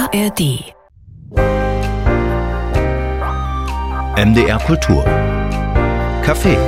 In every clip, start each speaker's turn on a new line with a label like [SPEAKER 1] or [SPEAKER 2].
[SPEAKER 1] ARD
[SPEAKER 2] MDR Kultur Café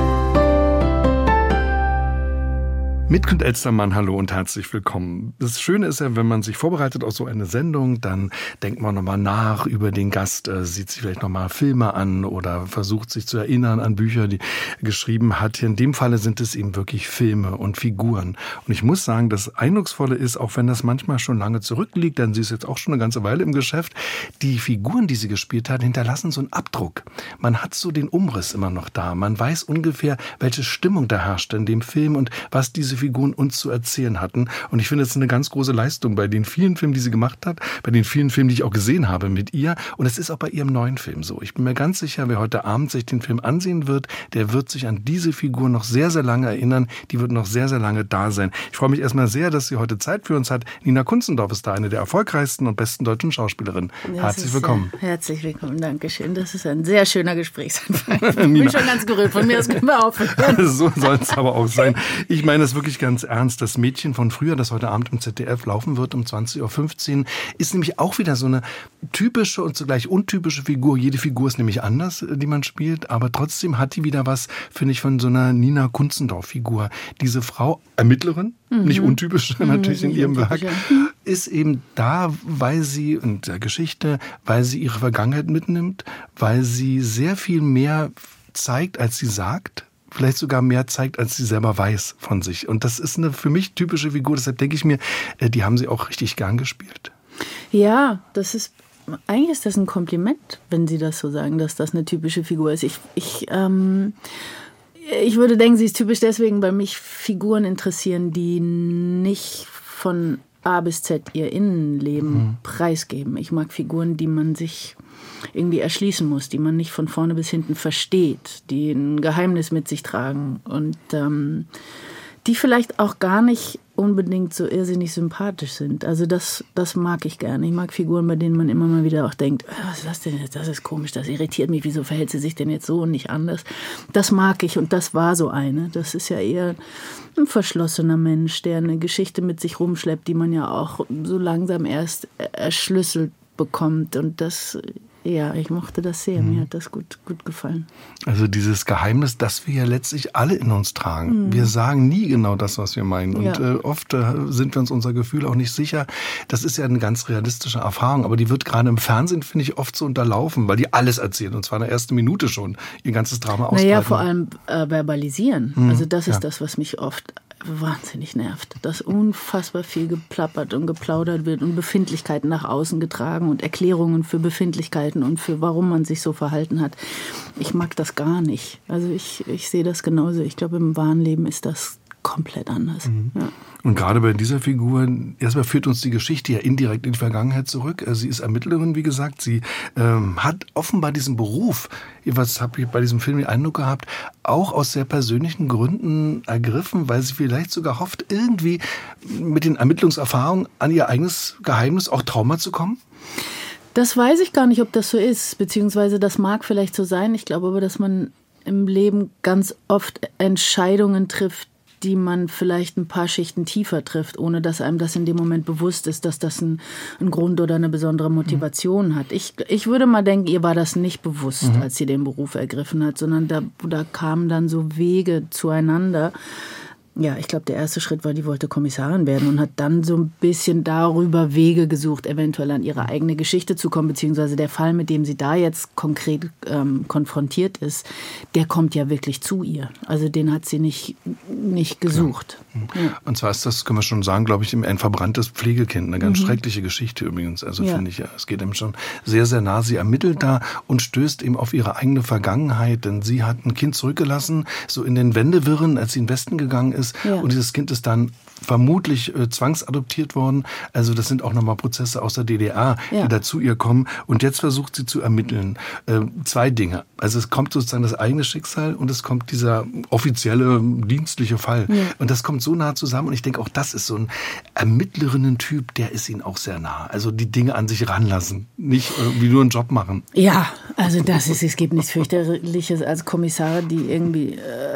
[SPEAKER 3] Mit Knut Elstermann, hallo und herzlich willkommen. Das Schöne ist ja, wenn man sich vorbereitet auf so eine Sendung, dann denkt man nochmal nach über den Gast, sieht sich vielleicht nochmal Filme an oder versucht sich zu erinnern an Bücher, die er geschrieben hat. In dem Falle sind es eben wirklich Filme und Figuren. Und ich muss sagen, das Eindrucksvolle ist, auch wenn das manchmal schon lange zurückliegt, denn sie ist jetzt auch schon eine ganze Weile im Geschäft, die Figuren, die sie gespielt hat, hinterlassen so einen Abdruck. Man hat so den Umriss immer noch da. Man weiß ungefähr, welche Stimmung da herrscht in dem Film und was diese Figuren uns zu erzählen hatten. Und ich finde, das ist eine ganz große Leistung bei den vielen Filmen, die sie gemacht hat, bei den vielen Filmen, die ich auch gesehen habe mit ihr. Und es ist auch bei ihrem neuen Film so. Ich bin mir ganz sicher, wer heute Abend sich den Film ansehen wird, der wird sich an diese Figur noch sehr, sehr lange erinnern. Die wird noch sehr, sehr lange da sein. Ich freue mich erstmal sehr, dass sie heute Zeit für uns hat. Nina Kunzendorf ist da, eine der erfolgreichsten und besten deutschen Schauspielerinnen. Herzlich willkommen.
[SPEAKER 4] Herzlich willkommen, Dankeschön. Das ist ein sehr schöner Gesprächsanfang. Ich bin schon ganz gerührt. Von mir aus können wir aufhören.
[SPEAKER 3] So soll es aber auch sein. Ich meine es wirklich ganz ernst. Das Mädchen von früher, das heute Abend im ZDF laufen wird um 20.15 Uhr, ist nämlich auch wieder so eine typische und zugleich untypische Figur. Jede Figur ist nämlich anders, die man spielt, aber trotzdem hat die wieder was, finde ich, von so einer Nina Kunzendorf-Figur. Diese Frau, Ermittlerin, nicht untypisch natürlich in ihrem Werk, ist eben da, weil sie in der Geschichte, weil sie ihre Vergangenheit mitnimmt, weil sie sehr viel mehr zeigt, als sie sagt. Vielleicht sogar mehr zeigt, als sie selber weiß von sich. Und das ist eine für mich typische Figur. Deshalb denke ich mir, die haben sie auch richtig gern gespielt.
[SPEAKER 4] Ja, eigentlich ist das ein Kompliment, wenn Sie das so sagen, dass das eine typische Figur ist. Ich würde denken, sie ist typisch deswegen, weil mich Figuren interessieren, die nicht von A bis Z ihr Innenleben preisgeben. Ich mag Figuren, die man sich irgendwie erschließen muss, die man nicht von vorne bis hinten versteht, die ein Geheimnis mit sich tragen und die vielleicht auch gar nicht unbedingt so irrsinnig sympathisch sind. Also das mag ich gerne. Ich mag Figuren, bei denen man immer mal wieder auch denkt, was ist das denn jetzt? Das ist komisch, das irritiert mich. Wieso verhält sie sich denn jetzt so und nicht anders? Das mag ich und das war so eine. Das ist ja eher ein verschlossener Mensch, der eine Geschichte mit sich rumschleppt, die man ja auch so langsam erst erschlüsselt bekommt. Und das, ja, ich mochte das sehr. Mir hat das gut gefallen.
[SPEAKER 3] Also dieses Geheimnis, das wir ja letztlich alle in uns tragen. Wir sagen nie genau das, was wir meinen. Und oft sind wir uns unser Gefühl auch nicht sicher. Das ist ja eine ganz realistische Erfahrung. Aber die wird gerade im Fernsehen, finde ich, oft so unterlaufen, weil die alles erzählen. Und zwar in der ersten Minute schon ihr ganzes Drama ausbreiten.
[SPEAKER 4] Naja, vor allem verbalisieren. Also das ist das, was mich oft wahnsinnig nervt, dass unfassbar viel geplappert und geplaudert wird und Befindlichkeiten nach außen getragen und Erklärungen für Befindlichkeiten und für warum man sich so verhalten hat. Ich mag das gar nicht. Also ich sehe das genauso. Ich glaube, im wahren Leben ist das komplett anders. Ja.
[SPEAKER 3] Und gerade bei dieser Figur, erstmal führt uns die Geschichte ja indirekt in die Vergangenheit zurück. Sie ist Ermittlerin, wie gesagt. Sie hat offenbar diesen Beruf, was habe ich bei diesem Film den Eindruck gehabt, auch aus sehr persönlichen Gründen ergriffen, weil sie vielleicht sogar hofft, irgendwie mit den Ermittlungserfahrungen an ihr eigenes Geheimnis, auch Trauma zu kommen.
[SPEAKER 4] Das weiß ich gar nicht, ob das so ist, beziehungsweise das mag vielleicht so sein. Ich glaube aber, dass man im Leben ganz oft Entscheidungen trifft, die man vielleicht ein paar Schichten tiefer trifft, ohne dass einem das in dem Moment bewusst ist, dass das einen Grund oder eine besondere Motivation hat. Ich würde mal denken, ihr war das nicht bewusst, als sie den Beruf ergriffen hat, sondern da kamen dann so Wege zueinander. Ja, ich glaube, der erste Schritt war, die wollte Kommissarin werden und hat dann so ein bisschen darüber Wege gesucht, eventuell an ihre eigene Geschichte zu kommen, beziehungsweise der Fall, mit dem sie da jetzt konkret konfrontiert ist, der kommt ja wirklich zu ihr. Also den hat sie nicht gesucht.
[SPEAKER 3] Ja. Und zwar ist das, können wir schon sagen, glaube ich, ein verbranntes Pflegekind. Eine ganz schreckliche Geschichte übrigens. Also finde ich, es geht ihm schon sehr, sehr nah. Sie ermittelt da und stößt eben auf ihre eigene Vergangenheit, denn sie hat ein Kind zurückgelassen, so in den Wendewirren, als sie in den Westen gegangen ist. Ja. Und dieses Kind ist dann vermutlich zwangsadoptiert worden. Also das sind auch nochmal Prozesse aus der DDR, die da zu ihr kommen. Und jetzt versucht sie zu ermitteln. Zwei Dinge. Also es kommt sozusagen das eigene Schicksal und es kommt dieser offizielle, dienstliche Fall. Ja. Und das kommt so nah zusammen. Und ich denke, auch das ist so ein Ermittlerinnen-Typ, der ist ihnen auch sehr nah. Also die Dinge an sich ranlassen. Nicht wie nur einen Job machen.
[SPEAKER 4] Ja, also es gibt nichts fürchterliches als Kommissare, die irgendwie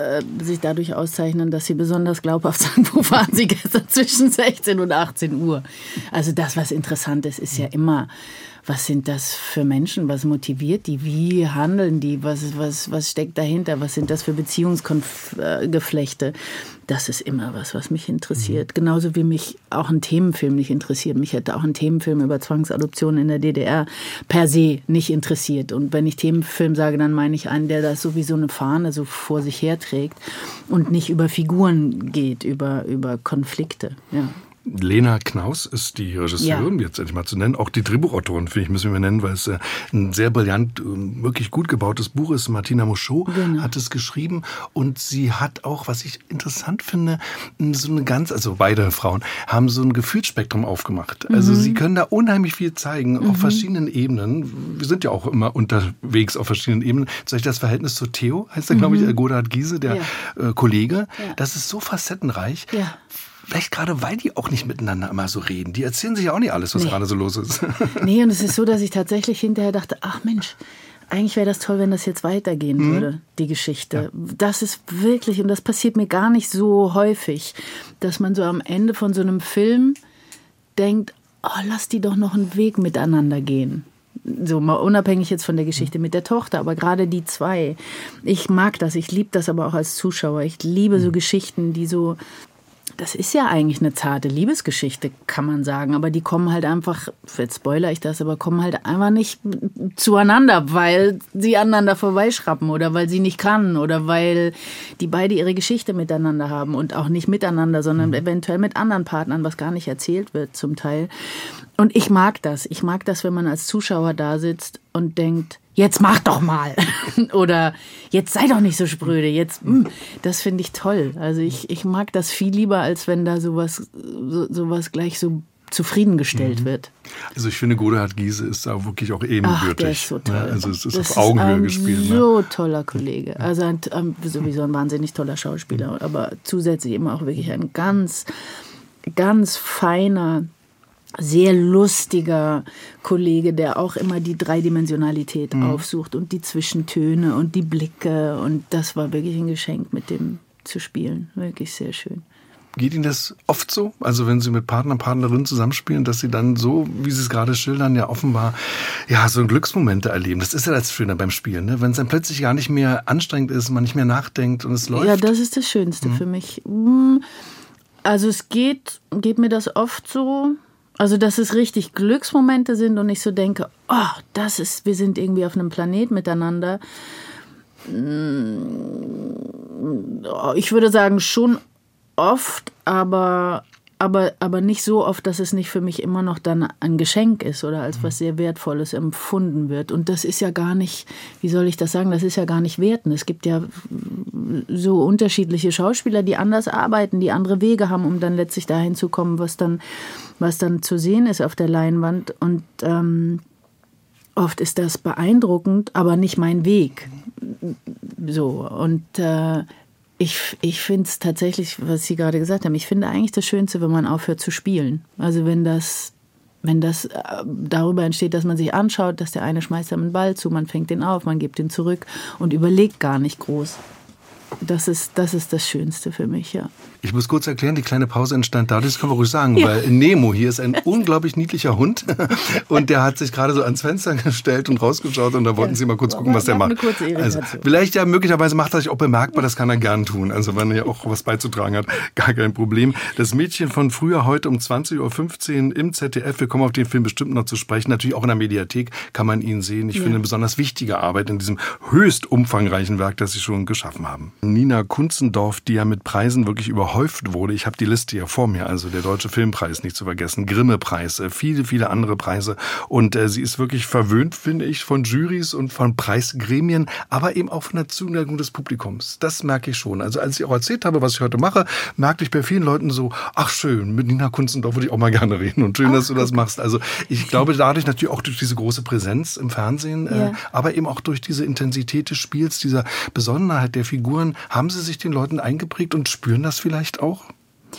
[SPEAKER 4] sich dadurch auszeichnen, dass sie besonders glaubhaft sagen, wo waren sie gestern zwischen 16 und 18 Uhr. Also das, was interessant ist, ist ja immer, was sind das für Menschen, was motiviert die, wie handeln die, was steckt dahinter, was sind das für Beziehungsgeflechte. Das ist immer was mich interessiert. Genauso wie mich auch ein Themenfilm nicht interessiert. Mich hätte auch ein Themenfilm über Zwangsadoption in der DDR per se nicht interessiert. Und wenn ich Themenfilm sage, dann meine ich einen, der das so wie so eine Fahne so vor sich herträgt und nicht über Figuren geht, über Konflikte. Ja.
[SPEAKER 3] Lena Knaus ist die Regisseurin, jetzt endlich mal zu nennen. Auch die Drehbuchautorin, finde ich, müssen wir nennen, weil es ein sehr brillant, wirklich gut gebautes Buch ist. Martina Mouchot hat es geschrieben und sie hat auch, was ich interessant finde, so eine also beide Frauen haben so ein Gefühlsspektrum aufgemacht. Also sie können da unheimlich viel zeigen, auf verschiedenen Ebenen. Wir sind ja auch immer unterwegs auf verschiedenen Ebenen. Zum Beispiel das Verhältnis zu Theo, heißt er, glaube ich, Godard Giese, der Kollege. Ja. Das ist so facettenreich. Ja. Vielleicht gerade, weil die auch nicht miteinander immer so reden. Die erzählen sich ja auch nicht alles, was gerade so los ist.
[SPEAKER 4] Nee, und es ist so, dass ich tatsächlich hinterher dachte, ach Mensch, eigentlich wäre das toll, wenn das jetzt weitergehen würde, die Geschichte. Ja. Das ist wirklich, und das passiert mir gar nicht so häufig, dass man so am Ende von so einem Film denkt, oh, lass die doch noch einen Weg miteinander gehen. So mal unabhängig jetzt von der Geschichte mit der Tochter, aber gerade die zwei. Ich mag das, ich liebe das aber auch als Zuschauer. Ich liebe so Geschichten, die so... Das ist ja eigentlich eine zarte Liebesgeschichte, kann man sagen. Aber die kommen halt einfach, jetzt spoilere ich das, aber kommen halt einfach nicht zueinander, weil sie aneinander vorbeischrappen oder weil sie nicht kann oder weil die beide ihre Geschichte miteinander haben und auch nicht miteinander, sondern eventuell mit anderen Partnern, was gar nicht erzählt wird zum Teil. Und ich mag das. Ich mag das, wenn man als Zuschauer da sitzt und denkt, jetzt mach doch mal. Oder jetzt sei doch nicht so spröde. Jetzt, das finde ich toll. Also ich mag das viel lieber, als wenn da sowas gleich so zufriedengestellt wird.
[SPEAKER 3] Also ich finde, Godard Giese ist da wirklich auch ebenbürtig.
[SPEAKER 4] Der ist so toll.
[SPEAKER 3] Also es ist auf Augenhöhe gespielt.
[SPEAKER 4] So toller Kollege. Also sowieso ein wahnsinnig toller Schauspieler. Aber zusätzlich immer auch wirklich ein ganz, ganz feiner, sehr lustiger Kollege, der auch immer die Dreidimensionalität aufsucht und die Zwischentöne und die Blicke. Und das war wirklich ein Geschenk, mit dem zu spielen. Wirklich sehr schön.
[SPEAKER 3] Geht Ihnen das oft so? Also wenn Sie mit Partner, Partnerinnen zusammenspielen, dass Sie dann so, wie Sie es gerade schildern, ja offenbar so Glücksmomente erleben. Das ist ja das Schöne beim Spielen, ne? Wenn es dann plötzlich gar nicht mehr anstrengend ist, man nicht mehr nachdenkt und es läuft.
[SPEAKER 4] Ja, das ist das Schönste für mich. Also es geht mir das oft so... Also, dass es richtig Glücksmomente sind und ich so denke, wir sind irgendwie auf einem Planet miteinander. Ich würde sagen, schon oft, aber nicht so oft, dass es nicht für mich immer noch dann ein Geschenk ist oder als was sehr Wertvolles empfunden wird. Und das ist ja gar nicht, wie soll ich das sagen, das ist ja gar nicht werten. Es gibt ja so unterschiedliche Schauspieler, die anders arbeiten, die andere Wege haben, um dann letztlich dahin zu kommen, was dann zu sehen ist auf der Leinwand. Und oft ist das beeindruckend, aber nicht mein Weg. So, und ich finde es tatsächlich, was Sie gerade gesagt haben, ich finde eigentlich das Schönste, wenn man aufhört zu spielen. Also wenn das darüber entsteht, dass man sich anschaut, dass der eine schmeißt einem einen Ball zu, man fängt den auf, man gibt ihn zurück und überlegt gar nicht groß. Das ist das Schönste für mich, ja.
[SPEAKER 3] Ich muss kurz erklären, die kleine Pause entstand dadurch, das können wir ruhig sagen, weil Nemo hier ist ein unglaublich niedlicher Hund und der hat sich gerade so ans Fenster gestellt und rausgeschaut und da wollten Sie mal kurz gucken, was der macht. Also vielleicht möglicherweise macht er sich auch bemerkbar, das kann er gern tun. Also wenn er ja auch was beizutragen hat, gar kein Problem. Das Mädchen von früher, heute um 20.15 Uhr im ZDF. Wir kommen auf den Film bestimmt noch zu sprechen. Natürlich auch in der Mediathek kann man ihn sehen. Ich finde eine besonders wichtige Arbeit in diesem höchst umfangreichen Werk, das Sie schon geschaffen haben. Nina Kunzendorf, die ja mit Preisen wirklich überhäuft wurde. Ich habe die Liste ja vor mir, also der Deutsche Filmpreis nicht zu vergessen, Grimme-Preis, viele, viele andere Preise. Und sie ist wirklich verwöhnt, finde ich, von Jurys und von Preisgremien, aber eben auch von der Zuneigung des Publikums. Das merke ich schon. Also als ich auch erzählt habe, was ich heute mache, merkte ich bei vielen Leuten so, ach schön, mit Nina Kunzendorf würde ich auch mal gerne reden und schön, dass du das machst. Also ich glaube dadurch natürlich auch durch diese große Präsenz im Fernsehen, aber eben auch durch diese Intensität des Spiels, dieser Besonderheit der Figuren, haben Sie sich den Leuten eingeprägt und spüren das vielleicht auch?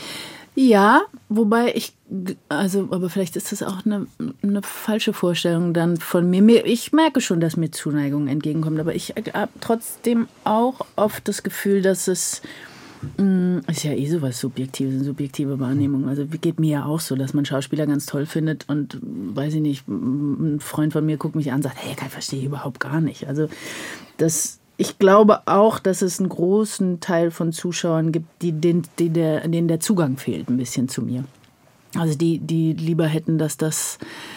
[SPEAKER 4] Ja, wobei aber vielleicht ist das auch eine falsche Vorstellung dann von mir. Ich merke schon, dass mir Zuneigung entgegenkommt, aber ich habe trotzdem auch oft das Gefühl, dass es ist ja sowas Subjektives, eine subjektive Wahrnehmung. Also geht mir ja auch so, dass man Schauspieler ganz toll findet und, weiß ich nicht, ein Freund von mir guckt mich an und sagt, hey, verstehe ich überhaupt gar nicht. Also ich glaube auch, dass es einen großen Teil von Zuschauern gibt, denen der Zugang fehlt ein bisschen zu mir. Also die lieber hätten, dass das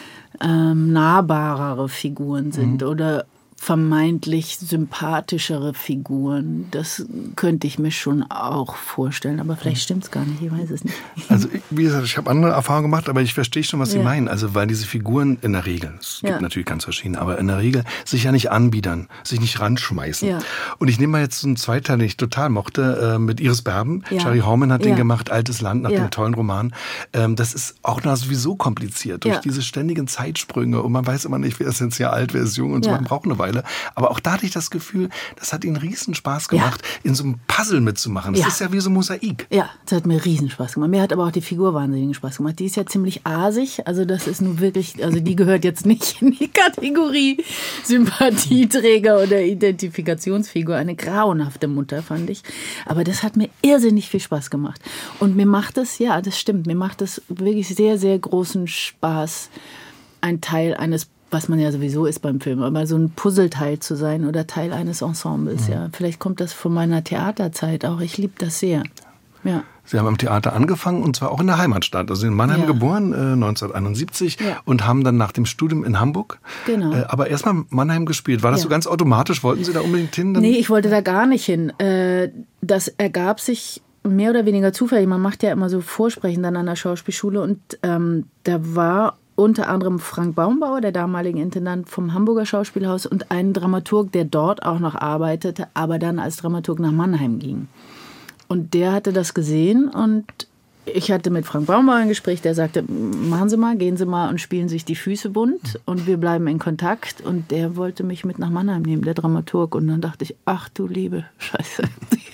[SPEAKER 4] nahbarere Figuren sind oder vermeintlich sympathischere Figuren. Das könnte ich mir schon auch vorstellen, aber vielleicht stimmt es gar nicht, ich weiß es nicht.
[SPEAKER 3] Also wie gesagt, ich habe andere Erfahrungen gemacht, aber ich verstehe schon, was Sie meinen. Also weil diese Figuren in der Regel, es gibt natürlich ganz verschiedene, aber in der Regel sich ja nicht anbiedern, sich nicht ranschmeißen. Ja. Und ich nehme mal jetzt so einen Zweiteil, den ich total mochte, mit Iris Berben. Jerry Horman hat den gemacht, Altes Land, nach dem tollen Roman. Das ist auch noch sowieso kompliziert, durch diese ständigen Zeitsprünge und man weiß immer nicht, wer ist jetzt ja alt, wer ist jung und so, man braucht eine Weile. Aber auch da hatte ich das Gefühl, das hat ihnen riesen Spaß gemacht, in so einem Puzzle mitzumachen. Das ist ja wie so ein Mosaik.
[SPEAKER 4] Ja, das hat mir riesen Spaß gemacht. Mir hat aber auch die Figur wahnsinnigen Spaß gemacht. Die ist ja ziemlich asig. Also das ist nun wirklich, also die gehört jetzt nicht in die Kategorie Sympathieträger oder Identifikationsfigur. Eine grauenhafte Mutter, fand ich. Aber das hat mir irrsinnig viel Spaß gemacht. Und mir macht es, das stimmt, mir macht es wirklich sehr, sehr großen Spaß, ein Teil eines, was man ja sowieso ist beim Film, aber so ein Puzzleteil zu sein oder Teil eines Ensembles. Ja. Vielleicht kommt das von meiner Theaterzeit auch. Ich liebe das sehr. Ja.
[SPEAKER 3] Sie haben am Theater angefangen und zwar auch in der Heimatstadt. Also in Mannheim geboren, 1971 und haben dann nach dem Studium in Hamburg, aber erstmal Mannheim gespielt. War das so ganz automatisch? Wollten Sie da unbedingt hin?
[SPEAKER 4] Nee, ich wollte da gar nicht hin. Das ergab sich mehr oder weniger zufällig. Man macht ja immer so Vorsprechen dann an der Schauspielschule und da war unter anderem Frank Baumbauer, der damalige Intendant vom Hamburger Schauspielhaus und ein Dramaturg, der dort auch noch arbeitete, aber dann als Dramaturg nach Mannheim ging. Und der hatte das gesehen und ich hatte mit Frank Baumbauer ein Gespräch, der sagte, machen Sie mal, gehen Sie mal und spielen sich die Füße bunt und wir bleiben in Kontakt. Und der wollte mich mit nach Mannheim nehmen, der Dramaturg. Und dann dachte ich, ach du liebe Scheiße.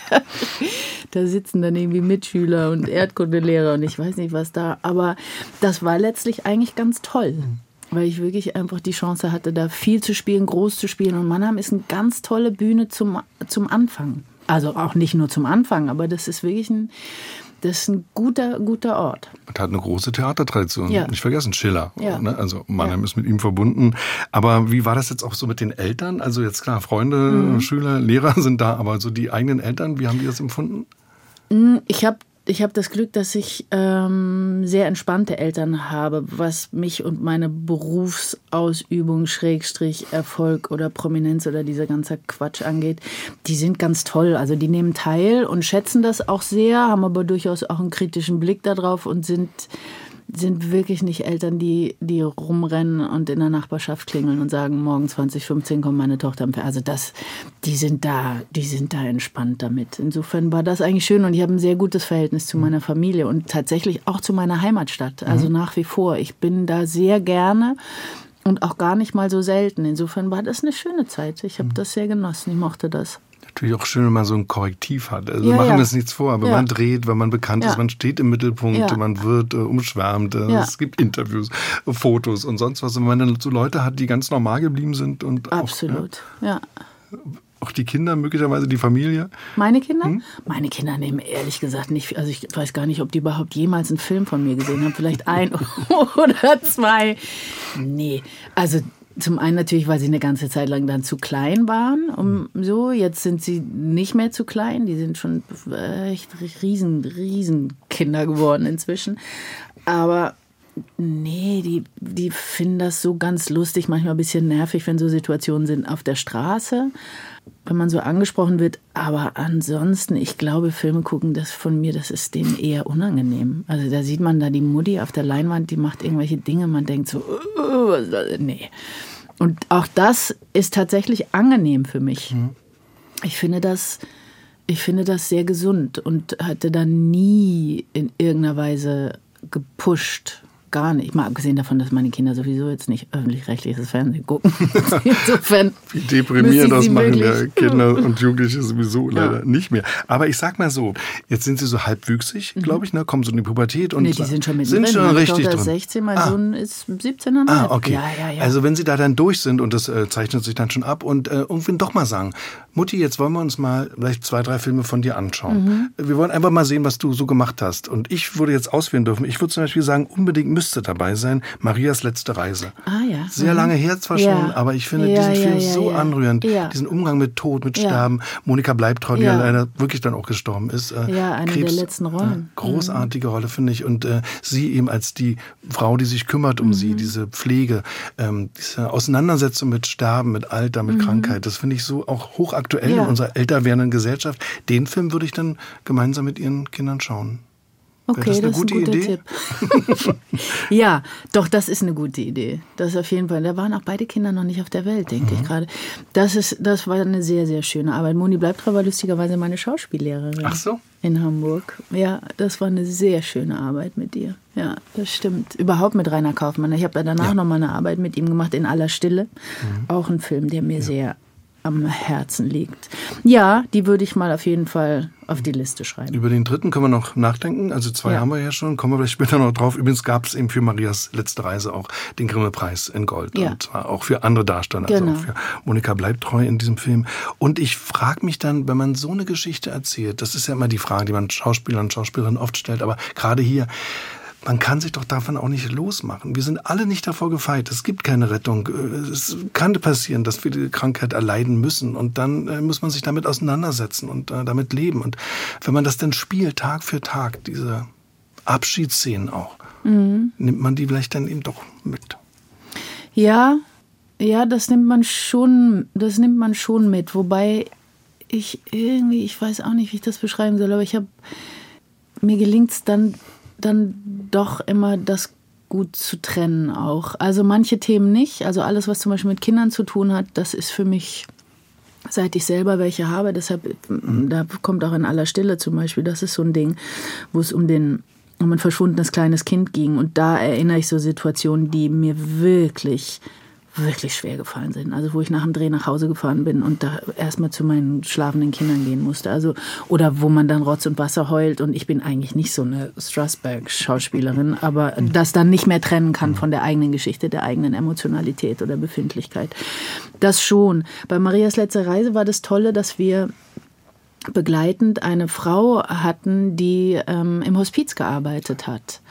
[SPEAKER 4] Da sitzen dann irgendwie Mitschüler und Erdkundelehrer und ich weiß nicht was da. Aber das war letztlich eigentlich ganz toll, weil ich wirklich einfach die Chance hatte, da viel zu spielen, groß zu spielen. Und Mannheim ist eine ganz tolle Bühne zum Anfang. Also auch nicht nur zum Anfang, aber das ist wirklich ein guter Ort.
[SPEAKER 3] Und hat eine große Theatertradition. Ja. Nicht vergessen, Schiller. Ja. Ne? Also Mannheim ist mit ihm verbunden. Aber wie war das jetzt auch so mit den Eltern? Also jetzt klar, Freunde, Schüler, Lehrer sind da, aber so die eigenen Eltern, wie haben die das empfunden?
[SPEAKER 4] Ich habe das Glück, dass ich sehr entspannte Eltern habe, was mich und meine Berufsausübung, Erfolg oder Prominenz oder dieser ganze Quatsch angeht. Die sind ganz toll. Also die nehmen teil und schätzen das auch sehr, haben aber durchaus auch einen kritischen Blick darauf und sind wirklich nicht Eltern, die rumrennen und in der Nachbarschaft klingeln und sagen, morgen 20:15 kommt meine Tochter am Fernsehen. Also die sind da entspannt damit. Insofern war das eigentlich schön und ich habe ein sehr gutes Verhältnis zu meiner Familie und tatsächlich auch zu meiner Heimatstadt. Also nach wie vor. Ich bin da sehr gerne und auch gar nicht mal so selten. Insofern war das eine schöne Zeit. Ich habe das sehr genossen. Ich mochte das.
[SPEAKER 3] Natürlich auch schön, wenn man so ein Korrektiv hat. Also machen wir uns nichts vor, wenn man dreht, wenn man bekannt ist, man steht im Mittelpunkt, man wird umschwärmt, es gibt Interviews, Fotos und sonst was. Und wenn man dann so Leute hat, die ganz normal geblieben sind und
[SPEAKER 4] absolut,
[SPEAKER 3] auch die Kinder, möglicherweise die Familie.
[SPEAKER 4] Meine Kinder? Meine Kinder nehmen ehrlich gesagt nicht, also ich weiß gar nicht, ob die überhaupt jemals einen Film von mir gesehen haben. Vielleicht ein oder zwei. Nee, also zum einen natürlich, weil sie eine ganze Zeit lang dann zu klein waren. Jetzt sind sie nicht mehr zu klein. Die sind schon echt riesen Kinder geworden inzwischen. Aber nee, die finden das so ganz lustig, manchmal ein bisschen nervig, wenn so Situationen sind auf der Straße, wenn man so angesprochen wird. Aber ansonsten, ich glaube, Filme gucken, das ist denen eher unangenehm. Also da sieht man da die Mutti auf der Leinwand, die macht irgendwelche Dinge, man denkt so, nee. Und auch das ist tatsächlich angenehm für mich. Ich finde das sehr gesund und hatte da nie in irgendeiner Weise gepusht, gar nicht. Mal abgesehen davon, dass meine Kinder sowieso jetzt nicht öffentlich-rechtliches Fernsehen gucken. Insofern
[SPEAKER 3] wie deprimierend das machen ja Kinder und Jugendliche sowieso leider nicht mehr. Aber ich sag mal so, jetzt sind sie so halbwüchsig, glaube ich, ne? Kommen so in die Pubertät. Und
[SPEAKER 4] nee, die sind schon mittendrin.
[SPEAKER 3] Sind schon
[SPEAKER 4] meine
[SPEAKER 3] richtig
[SPEAKER 4] Tochter
[SPEAKER 3] drin.
[SPEAKER 4] ist 16, mein Sohn ist 17,5.
[SPEAKER 3] Okay.
[SPEAKER 4] Ja.
[SPEAKER 3] Also wenn sie da dann durch sind und das zeichnet sich dann schon ab und irgendwie doch mal sagen, Mutti, jetzt wollen wir uns mal vielleicht 2, 3 Filme von dir anschauen. Wir wollen einfach mal sehen, was du so gemacht hast. Und ich würde jetzt auswählen dürfen. Ich würde zum Beispiel sagen, unbedingt müsste dabei sein, Marias letzte Reise.
[SPEAKER 4] Ja.
[SPEAKER 3] Sehr lange her zwar schon, aber ich finde diesen Film so anrührend.
[SPEAKER 4] Ja.
[SPEAKER 3] Diesen Umgang mit Tod, mit Sterben. Monika Bleibtreu, die ja leider wirklich dann auch gestorben ist.
[SPEAKER 4] Eine
[SPEAKER 3] Krebs,
[SPEAKER 4] der letzten Rollen.
[SPEAKER 3] Großartige Rolle, finde ich. Und sie eben als die Frau, die sich kümmert um sie, diese Pflege, diese Auseinandersetzung mit Sterben, mit Alter, mit Krankheit. Das finde ich so auch hochaktuell in unserer älter werdenden Gesellschaft. Den Film würde ich dann gemeinsam mit ihren Kindern schauen.
[SPEAKER 4] Okay, das ist ein guter Tipp. Ja, doch, das ist eine gute Idee. Das auf jeden Fall. Da waren auch beide Kinder noch nicht auf der Welt, denke ich gerade. Das war eine sehr, sehr schöne Arbeit. Moni Bleibtreu war lustigerweise meine Schauspiellehrerin.
[SPEAKER 3] Ach so?
[SPEAKER 4] In Hamburg. Ja, das war eine sehr schöne Arbeit mit dir. Ja, das stimmt. Überhaupt mit Rainer Kaufmann. Ich habe danach noch mal eine Arbeit mit ihm gemacht, In aller Stille. Auch ein Film, der mir sehr am Herzen liegt. Ja, die würde ich mal auf jeden Fall auf die Liste schreiben.
[SPEAKER 3] Über den dritten können wir noch nachdenken. Also 2 haben wir ja schon. Kommen wir vielleicht später noch drauf. Übrigens gab es eben für Marias letzte Reise auch den Grimme-Preis in Gold. Ja. Und zwar auch für andere Darsteller. Also auch für Monika Bleibtreu in diesem Film. Und ich frage mich dann, wenn man so eine Geschichte erzählt, das ist ja immer die Frage, die man Schauspielern und Schauspielerinnen oft stellt, aber gerade hier, man kann sich doch davon auch nicht losmachen. Wir sind alle nicht davor gefeit. Es gibt keine Rettung. Es kann passieren, dass wir die Krankheit erleiden müssen. Und dann muss man sich damit auseinandersetzen und damit leben. Und wenn man das dann spielt, Tag für Tag, diese Abschiedsszenen auch, nimmt man die vielleicht dann eben doch mit.
[SPEAKER 4] Ja, das nimmt man schon mit. Wobei ich weiß auch nicht, wie ich das beschreiben soll, aber mir gelingt es dann doch immer, das gut zu trennen auch. Also manche Themen nicht. Also alles, was zum Beispiel mit Kindern zu tun hat, das ist für mich, seit ich selber welche habe, deshalb, da kommt auch In aller Stille zum Beispiel, das ist so ein Ding, wo es um ein verschwundenes kleines Kind ging. Und da erinnere ich so Situationen, die mir wirklich, wirklich schwer gefallen sind. Also wo ich nach dem Dreh nach Hause gefahren bin und da erstmal zu meinen schlafenden Kindern gehen musste. Also, oder wo man dann Rotz und Wasser heult und ich bin eigentlich nicht so eine Strasberg-Schauspielerin, aber das dann nicht mehr trennen kann von der eigenen Geschichte, der eigenen Emotionalität oder Befindlichkeit. Das schon. Bei Marias letzte Reise war das Tolle, dass wir begleitend eine Frau hatten, die im Hospiz gearbeitet hat.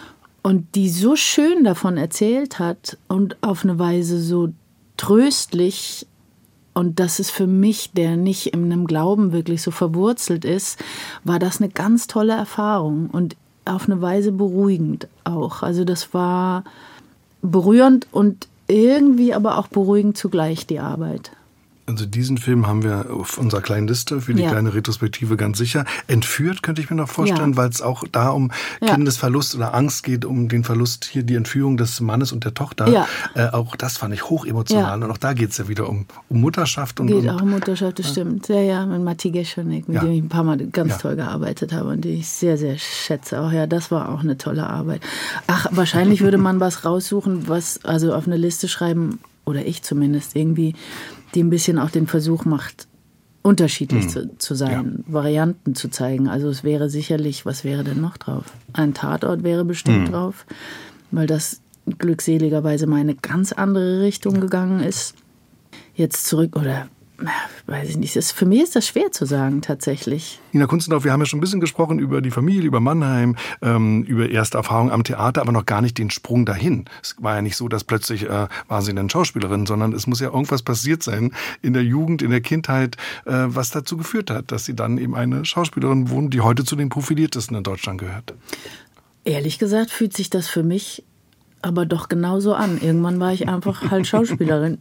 [SPEAKER 4] Und die so schön davon erzählt hat und auf eine Weise so tröstlich. Und das ist für mich, der nicht in einem Glauben wirklich so verwurzelt ist, war das eine ganz tolle Erfahrung und auf eine Weise beruhigend auch. Also das war berührend und irgendwie aber auch beruhigend zugleich, die Arbeit.
[SPEAKER 3] Also diesen Film haben wir auf unserer kleinen Liste für die kleine Retrospektive ganz sicher. Entführt könnte ich mir noch vorstellen, weil es auch da um Kindesverlust oder Angst geht, um den Verlust hier, die Entführung des Mannes und der Tochter. Ja. Auch das fand ich hochemotional. Und auch da geht es ja wieder um Mutterschaft. Geht auch um Mutterschaft, das stimmt.
[SPEAKER 4] Ja, mit Matti Geschonek, mit dem ich ein paar Mal ganz toll gearbeitet habe und den ich sehr, sehr schätze. Auch das war auch eine tolle Arbeit. Ach, wahrscheinlich würde man was raussuchen, also auf eine Liste schreiben, oder ich zumindest irgendwie, die ein bisschen auch den Versuch macht, unterschiedlich zu sein, Varianten zu zeigen. Also es wäre sicherlich, was wäre denn noch drauf? Ein Tatort wäre bestimmt drauf, weil das glückseligerweise mal in eine ganz andere Richtung gegangen ist. Jetzt zurück, oder weiß ich nicht, für mich ist das schwer zu sagen, tatsächlich.
[SPEAKER 3] Nina Kunstendorf, wir haben ja schon ein bisschen gesprochen über die Familie, über Mannheim, über erste Erfahrungen am Theater, aber noch gar nicht den Sprung dahin. Es war ja nicht so, dass plötzlich war sie eine Schauspielerin, sondern es muss ja irgendwas passiert sein in der Jugend, in der Kindheit, was dazu geführt hat, dass sie dann eben eine Schauspielerin wurde, die heute zu den profiliertesten in Deutschland gehört.
[SPEAKER 4] Ehrlich gesagt fühlt sich das für mich aber doch genauso an. Irgendwann war ich einfach halt Schauspielerin.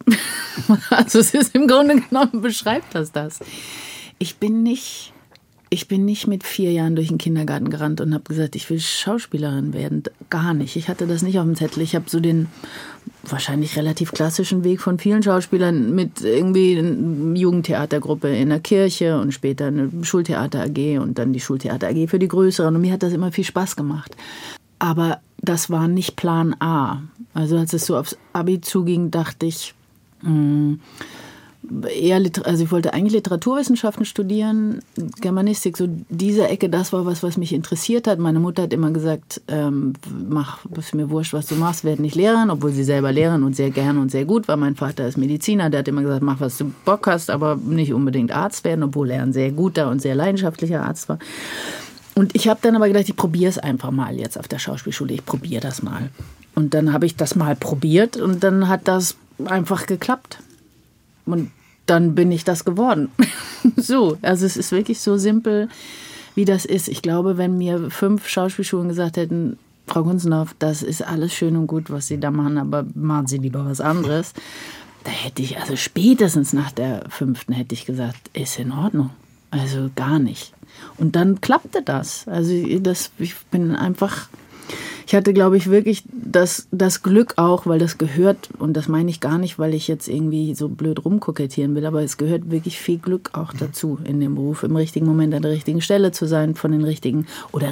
[SPEAKER 4] Also es ist im Grunde genommen, beschreibt das. Ich bin nicht mit 4 Jahren durch den Kindergarten gerannt und habe gesagt, ich will Schauspielerin werden. Gar nicht. Ich hatte das nicht auf dem Zettel. Ich habe so den wahrscheinlich relativ klassischen Weg von vielen Schauspielern mit irgendwie einer Jugendtheatergruppe in der Kirche und später eine Schultheater AG und dann die Schultheater AG für die Größeren. Und mir hat das immer viel Spaß gemacht. Aber das war nicht Plan A. Also als es so aufs Abi zuging, dachte ich, also ich wollte eigentlich Literaturwissenschaften studieren, Germanistik, so diese Ecke, das war was mich interessiert hat. Meine Mutter hat immer gesagt, mach, ist mir wurscht, was du machst, werd nicht Lehrerin, obwohl sie selber Lehrerin und sehr gerne und sehr gut war. Mein Vater ist Mediziner, der hat immer gesagt, mach, was du Bock hast, aber nicht unbedingt Arzt werden, obwohl er ein sehr guter und sehr leidenschaftlicher Arzt war. Und ich habe dann aber gedacht, ich probiere es einfach mal jetzt auf der Schauspielschule, ich probiere das mal. Und dann habe ich das mal probiert und dann hat das einfach geklappt. Und dann bin ich das geworden. So, also es ist wirklich so simpel, wie das ist. Ich glaube, wenn mir 5 Schauspielschulen gesagt hätten, Frau Kunzenhoff, das ist alles schön und gut, was Sie da machen, aber machen Sie lieber was anderes. Da hätte ich, also spätestens nach der 5. hätte ich gesagt, ist in Ordnung. Also gar nicht. Und dann klappte das. Also ich bin einfach... Ich hatte, glaube ich, wirklich das Glück auch, weil das gehört, und das meine ich gar nicht, weil ich jetzt irgendwie so blöd rumkokettieren will, aber es gehört wirklich viel Glück auch dazu, in dem Beruf im richtigen Moment an der richtigen Stelle zu sein, von den richtigen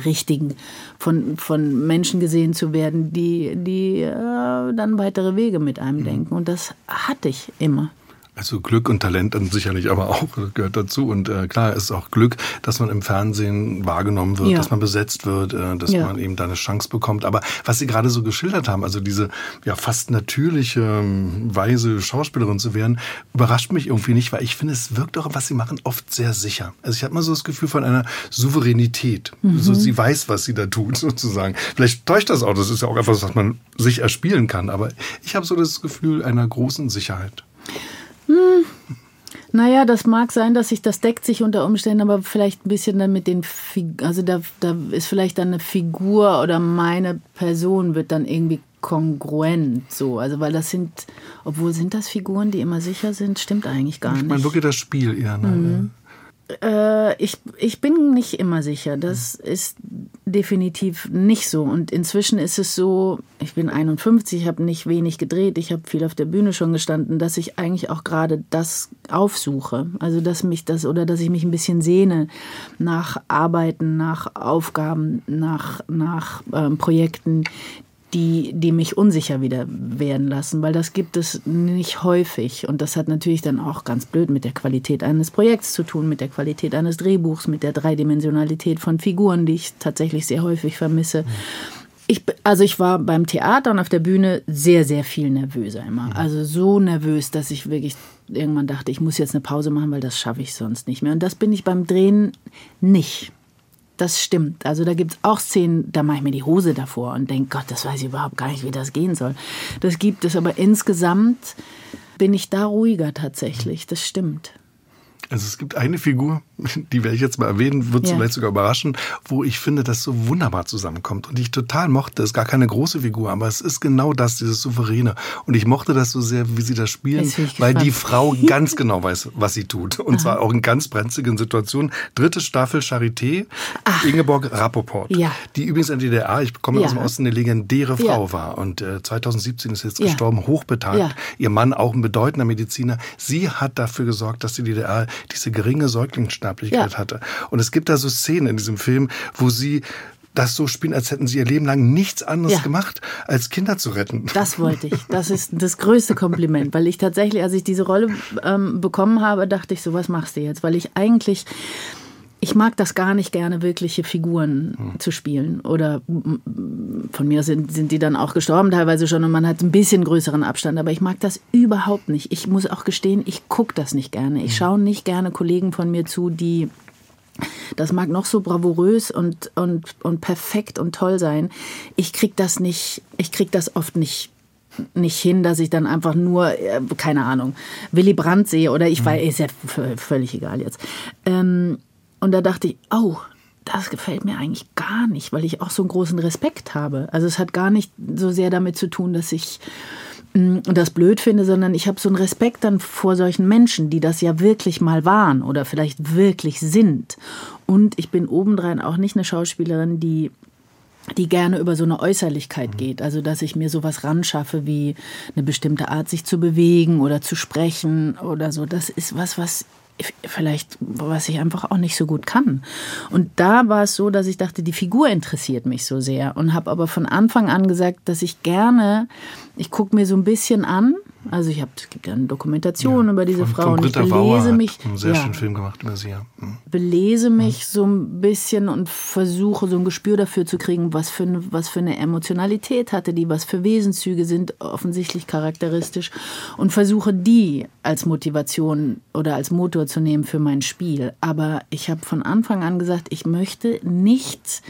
[SPEAKER 4] von Menschen gesehen zu werden, die dann weitere Wege mit einem denken. Und das hatte ich immer.
[SPEAKER 3] Also Glück und Talent dann sicherlich aber auch gehört dazu. Und klar, es ist auch Glück, dass man im Fernsehen wahrgenommen wird, dass man besetzt wird, dass man eben da eine Chance bekommt. Aber was Sie gerade so geschildert haben, also diese fast natürliche Weise, Schauspielerin zu werden, überrascht mich irgendwie nicht, weil ich finde, es wirkt auch, was Sie machen, oft sehr sicher. Also ich habe mal so das Gefühl von einer Souveränität. So, sie weiß, was sie da tut, sozusagen. Vielleicht täuscht das auch, das ist ja auch etwas, was man sich erspielen kann. Aber ich habe so das Gefühl einer großen Sicherheit.
[SPEAKER 4] Naja, das mag sein, dass das deckt sich unter Umständen, aber vielleicht ein bisschen dann mit den also da ist vielleicht dann eine Figur oder meine Person wird dann irgendwie kongruent so. Also weil das sind das Figuren, die immer sicher sind, stimmt eigentlich gar nicht.
[SPEAKER 3] Ich meine wirklich das Spiel eher, ne?
[SPEAKER 4] Ich bin nicht immer sicher. Das ist definitiv nicht so. Und inzwischen ist es so, ich bin 51, ich habe nicht wenig gedreht, ich habe viel auf der Bühne schon gestanden, dass ich eigentlich auch gerade das aufsuche. Also dass ich mich ein bisschen sehne nach Arbeiten, nach Aufgaben, nach Projekten, die mich unsicher wieder werden lassen, weil das gibt es nicht häufig. Und das hat natürlich dann auch ganz blöd mit der Qualität eines Projekts zu tun, mit der Qualität eines Drehbuchs, mit der Dreidimensionalität von Figuren, die ich tatsächlich sehr häufig vermisse. Ich war beim Theater und auf der Bühne sehr, sehr viel nervöser immer. Also so nervös, dass ich wirklich irgendwann dachte, ich muss jetzt eine Pause machen, weil das schaffe ich sonst nicht mehr. Und das bin ich beim Drehen nicht. Das stimmt. Also da gibt es auch Szenen, da mache ich mir die Hose davor und denke, Gott, das weiß ich überhaupt gar nicht, wie das gehen soll. Das gibt es, aber insgesamt bin ich da ruhiger tatsächlich. Das stimmt.
[SPEAKER 3] Also es gibt eine Figur, die werde ich jetzt mal erwähnen, wird Sie vielleicht sogar überraschen, wo ich finde, das so wunderbar zusammenkommt und die ich total mochte. Es ist gar keine große Figur, aber es ist genau das, dieses Souveräne. Und ich mochte das so sehr, wie Sie das spielen, weil die Frau ganz genau weiß, was sie tut. Und zwar auch in ganz brenzligen Situationen. 3. Staffel Charité, Ingeborg Rappoport, die übrigens in der DDR, ich komme aus dem Osten, eine legendäre Frau war. Und 2017 ist jetzt gestorben, hochbetagt. Ihr Mann auch ein bedeutender Mediziner. Sie hat dafür gesorgt, dass die DDR diese geringe Säuglingssterblichkeit hatte. Und es gibt da so Szenen in diesem Film, wo sie das so spielen, als hätten sie ihr Leben lang nichts anderes gemacht, als Kinder zu retten.
[SPEAKER 4] Das wollte ich. Das ist das größte Kompliment, weil ich tatsächlich, als ich diese Rolle bekommen habe, dachte ich so, was machst du jetzt? Weil ich mag das gar nicht gerne, wirkliche Figuren zu spielen. Oder von mir sind die dann auch gestorben teilweise schon und man hat ein bisschen größeren Abstand. Aber ich mag das überhaupt nicht. Ich muss auch gestehen, ich gucke das nicht gerne. Ich schaue nicht gerne Kollegen von mir zu, die... Das mag noch so bravourös und perfekt und toll sein. Ich krieg das oft nicht hin, dass ich dann einfach nur, keine Ahnung, Willy Brandt sehe oder ich weiß, ist ja völlig egal jetzt. Und da dachte ich, das gefällt mir eigentlich gar nicht, weil ich auch so einen großen Respekt habe. Also es hat gar nicht so sehr damit zu tun, dass ich das blöd finde, sondern ich habe so einen Respekt dann vor solchen Menschen, die das ja wirklich mal waren oder vielleicht wirklich sind. Und ich bin obendrein auch nicht eine Schauspielerin, die gerne über so eine Äußerlichkeit geht. Also dass ich mir sowas ranschaffe wie eine bestimmte Art, sich zu bewegen oder zu sprechen oder so. Das ist was vielleicht, was ich einfach auch nicht so gut kann. Und da war es so, dass ich dachte, die Figur interessiert mich so sehr und habe aber von Anfang an gesagt, dass ich gucke mir so ein bisschen an, also es gibt ja eine Dokumentation über diese Frau und ich belese mich.
[SPEAKER 3] Einen sehr schönen Film gemacht über sie, ja.
[SPEAKER 4] Belese mich so ein bisschen und versuche so ein Gespür dafür zu kriegen, was für eine Emotionalität hatte die, was für Wesenszüge sind offensichtlich charakteristisch und versuche die als Motivation oder als Motor zu nehmen für mein Spiel. Aber ich habe von Anfang an gesagt, ich möchte nicht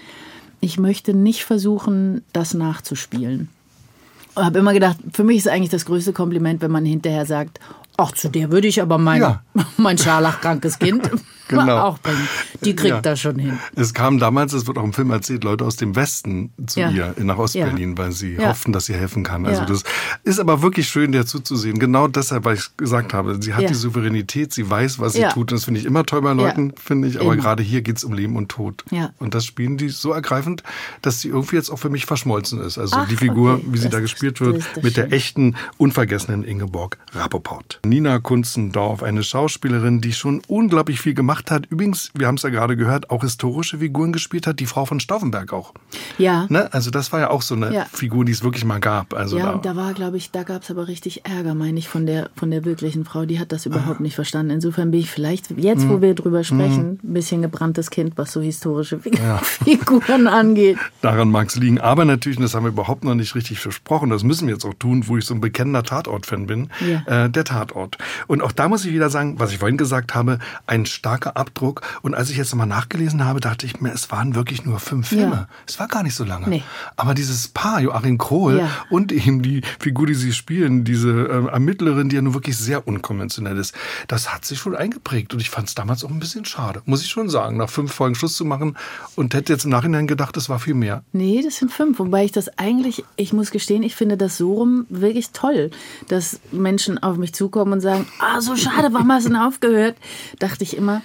[SPEAKER 4] versuchen, das nachzuspielen. Ich habe immer gedacht, für mich ist eigentlich das größte Kompliment, wenn man hinterher sagt, ach, zu der würde ich aber mein scharlachkrankes Kind auch bringen. Die kriegt das schon hin.
[SPEAKER 3] Es kam damals, es wird auch im Film erzählt, Leute aus dem Westen zu ihr nach Ostberlin, weil sie hofften, dass sie helfen kann. Also das ist aber wirklich schön, dir zuzusehen. Genau deshalb, weil ich gesagt habe, sie hat die Souveränität, sie weiß, was sie tut. Das finde ich immer toll bei Leuten, finde ich. Aber gerade hier geht es um Leben und Tod. Ja. Und das spielen die so ergreifend, dass sie irgendwie jetzt auch für mich verschmolzen ist. Also die Figur, wie sie da gespielt wird, mit der echten, unvergessenen Ingeborg Rapoport. Nina Kunzendorf, eine Schauspielerin, die schon unglaublich viel gemacht hat. Übrigens, wir haben es ja gerade gehört, auch historische Figuren gespielt hat, die Frau von Stauffenberg auch. Ja. Ne? Also das war ja auch so eine Figur, die es wirklich mal gab. Also
[SPEAKER 4] und da war, glaube ich, da gab es aber richtig Ärger, meine ich, von der wirklichen Frau. Die hat das überhaupt nicht verstanden. Insofern bin ich vielleicht, jetzt wo wir drüber sprechen, ein bisschen gebranntes Kind, was so historische Figuren angeht.
[SPEAKER 3] Daran mag es liegen. Aber natürlich, und das haben wir überhaupt noch nicht richtig versprochen, das müssen wir jetzt auch tun, wo ich so ein bekennender Tatort-Fan bin, der Tatort. Und auch da muss ich wieder sagen, was ich vorhin gesagt habe, ein starker Abdruck. Und als ich jetzt nochmal nachgelesen habe, dachte ich mir, es waren wirklich nur 5 Filme. Ja. Es war gar nicht so lange. Nee. Aber dieses Paar, Joachim Krohl und eben die Figur, die sie spielen, diese Ermittlerin, die ja nun wirklich sehr unkonventionell ist, das hat sich schon eingeprägt. Und ich fand es damals auch ein bisschen schade, muss ich schon sagen, nach 5 Folgen Schluss zu machen und hätte jetzt im Nachhinein gedacht, es war viel mehr.
[SPEAKER 4] Nee, das sind 5. Wobei ich das eigentlich, ich muss gestehen, ich finde das so rum wirklich toll, dass Menschen auf mich zukommen und sagen, so schade, warum hast du denn aufgehört? Dachte ich immer,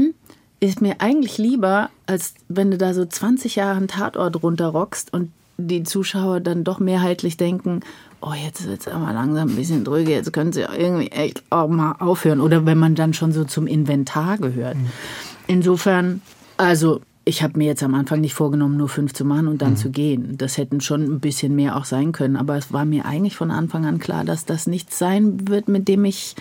[SPEAKER 4] ist mir eigentlich lieber, als wenn du da so 20 Jahre einen Tatort runterrockst und die Zuschauer dann doch mehrheitlich denken, jetzt wird es aber langsam ein bisschen dröge, jetzt können sie irgendwie echt auch mal aufhören. Oder wenn man dann schon so zum Inventar gehört. Insofern, also ich habe mir jetzt am Anfang nicht vorgenommen, nur 5 zu machen und dann zu gehen. Das hätten schon ein bisschen mehr auch sein können. Aber es war mir eigentlich von Anfang an klar, dass das nichts sein wird, mit dem ich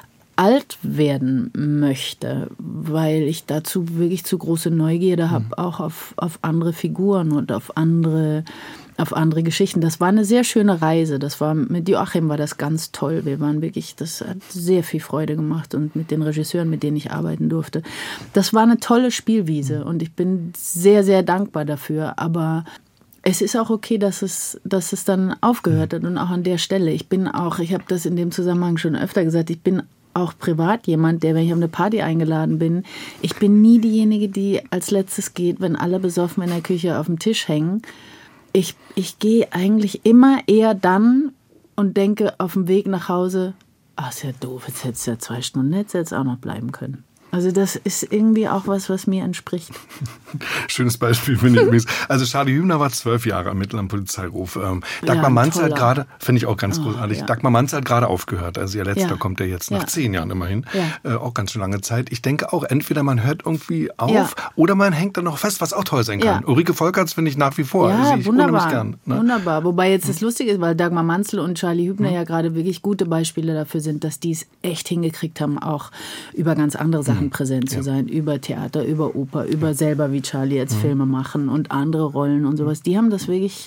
[SPEAKER 4] alt werden möchte, weil ich dazu wirklich zu große Neugierde habe, auch auf andere Figuren und auf andere Geschichten. Das war eine sehr schöne Reise. Mit Joachim war das ganz toll. Das hat sehr viel Freude gemacht und mit den Regisseuren, mit denen ich arbeiten durfte. Das war eine tolle Spielwiese und ich bin sehr, sehr dankbar dafür. Aber es ist auch okay, dass es dann aufgehört hat und auch an der Stelle. Ich habe das in dem Zusammenhang schon öfter gesagt, ich bin auch privat jemand, der, wenn ich auf eine Party eingeladen bin, ich bin nie diejenige, die als letztes geht, wenn alle besoffen in der Küche auf dem Tisch hängen. Ich gehe eigentlich immer eher dann und denke auf dem Weg nach Hause, ist ja doof, jetzt hättest du ja 2 Stunden, hättest du jetzt auch noch bleiben können. Also das ist irgendwie auch was mir entspricht.
[SPEAKER 3] Schönes Beispiel, finde ich übrigens. Also Charlie Hübner war 12 Jahre Ermittler am Polizeiruf. Dagmar Manz hat gerade, finde ich auch ganz großartig, Dagmar Manz hat gerade aufgehört. Also ihr letzter kommt ja jetzt nach 10 Jahren immerhin. Ja. Auch ganz schön lange Zeit. Ich denke auch, entweder man hört irgendwie auf oder man hängt dann noch fest, was auch toll sein kann. Ja. Ulrike Volkerts finde ich nach wie vor.
[SPEAKER 4] Ja,
[SPEAKER 3] ich
[SPEAKER 4] wunderbar.
[SPEAKER 3] Gern, ne?
[SPEAKER 4] Wunderbar. Wobei jetzt das Lustige ist, weil Dagmar Manzel und Charlie Hübner ja gerade wirklich gute Beispiele dafür sind, dass die es echt hingekriegt haben, auch über ganz andere Sachen präsent zu sein. Über Theater, über Oper, über selber wie Charlie jetzt Filme machen und andere Rollen und sowas. Die haben das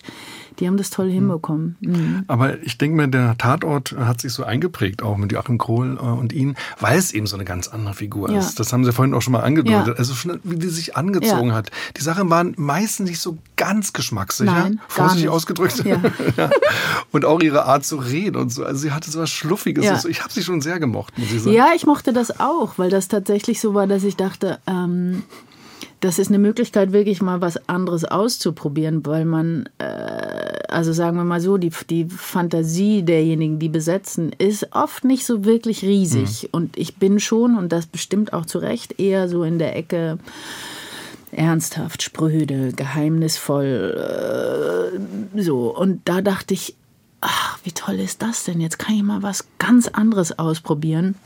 [SPEAKER 4] toll hinbekommen. Mhm.
[SPEAKER 3] Aber ich denke mir, der Tatort hat sich so eingeprägt, auch mit Joachim Krohl und Ihnen, weil es eben so eine ganz andere Figur ist. Das haben Sie vorhin auch schon mal angedeutet. Ja. Also schon, wie die sich angezogen hat. Die Sachen waren meistens nicht so ganz geschmackssicher, vorsichtig ausgedrückt. Ja. Ja. Und auch ihre Art zu reden und so. Also sie hatte so was Schluffiges. Ja. Ich habe sie schon sehr gemocht, muss ich sagen.
[SPEAKER 4] Ja, ich mochte das auch, weil das tatsächlich so war, dass ich dachte, das ist eine Möglichkeit, wirklich mal was anderes auszuprobieren, weil man, also sagen wir mal so, die Fantasie derjenigen, die besetzen, ist oft nicht so wirklich riesig. Und ich bin schon, und das bestimmt auch zu Recht, eher so in der Ecke ernsthaft, spröde, geheimnisvoll, so. Und da dachte ich, ach, wie toll ist das denn? Jetzt kann ich mal was ganz anderes ausprobieren.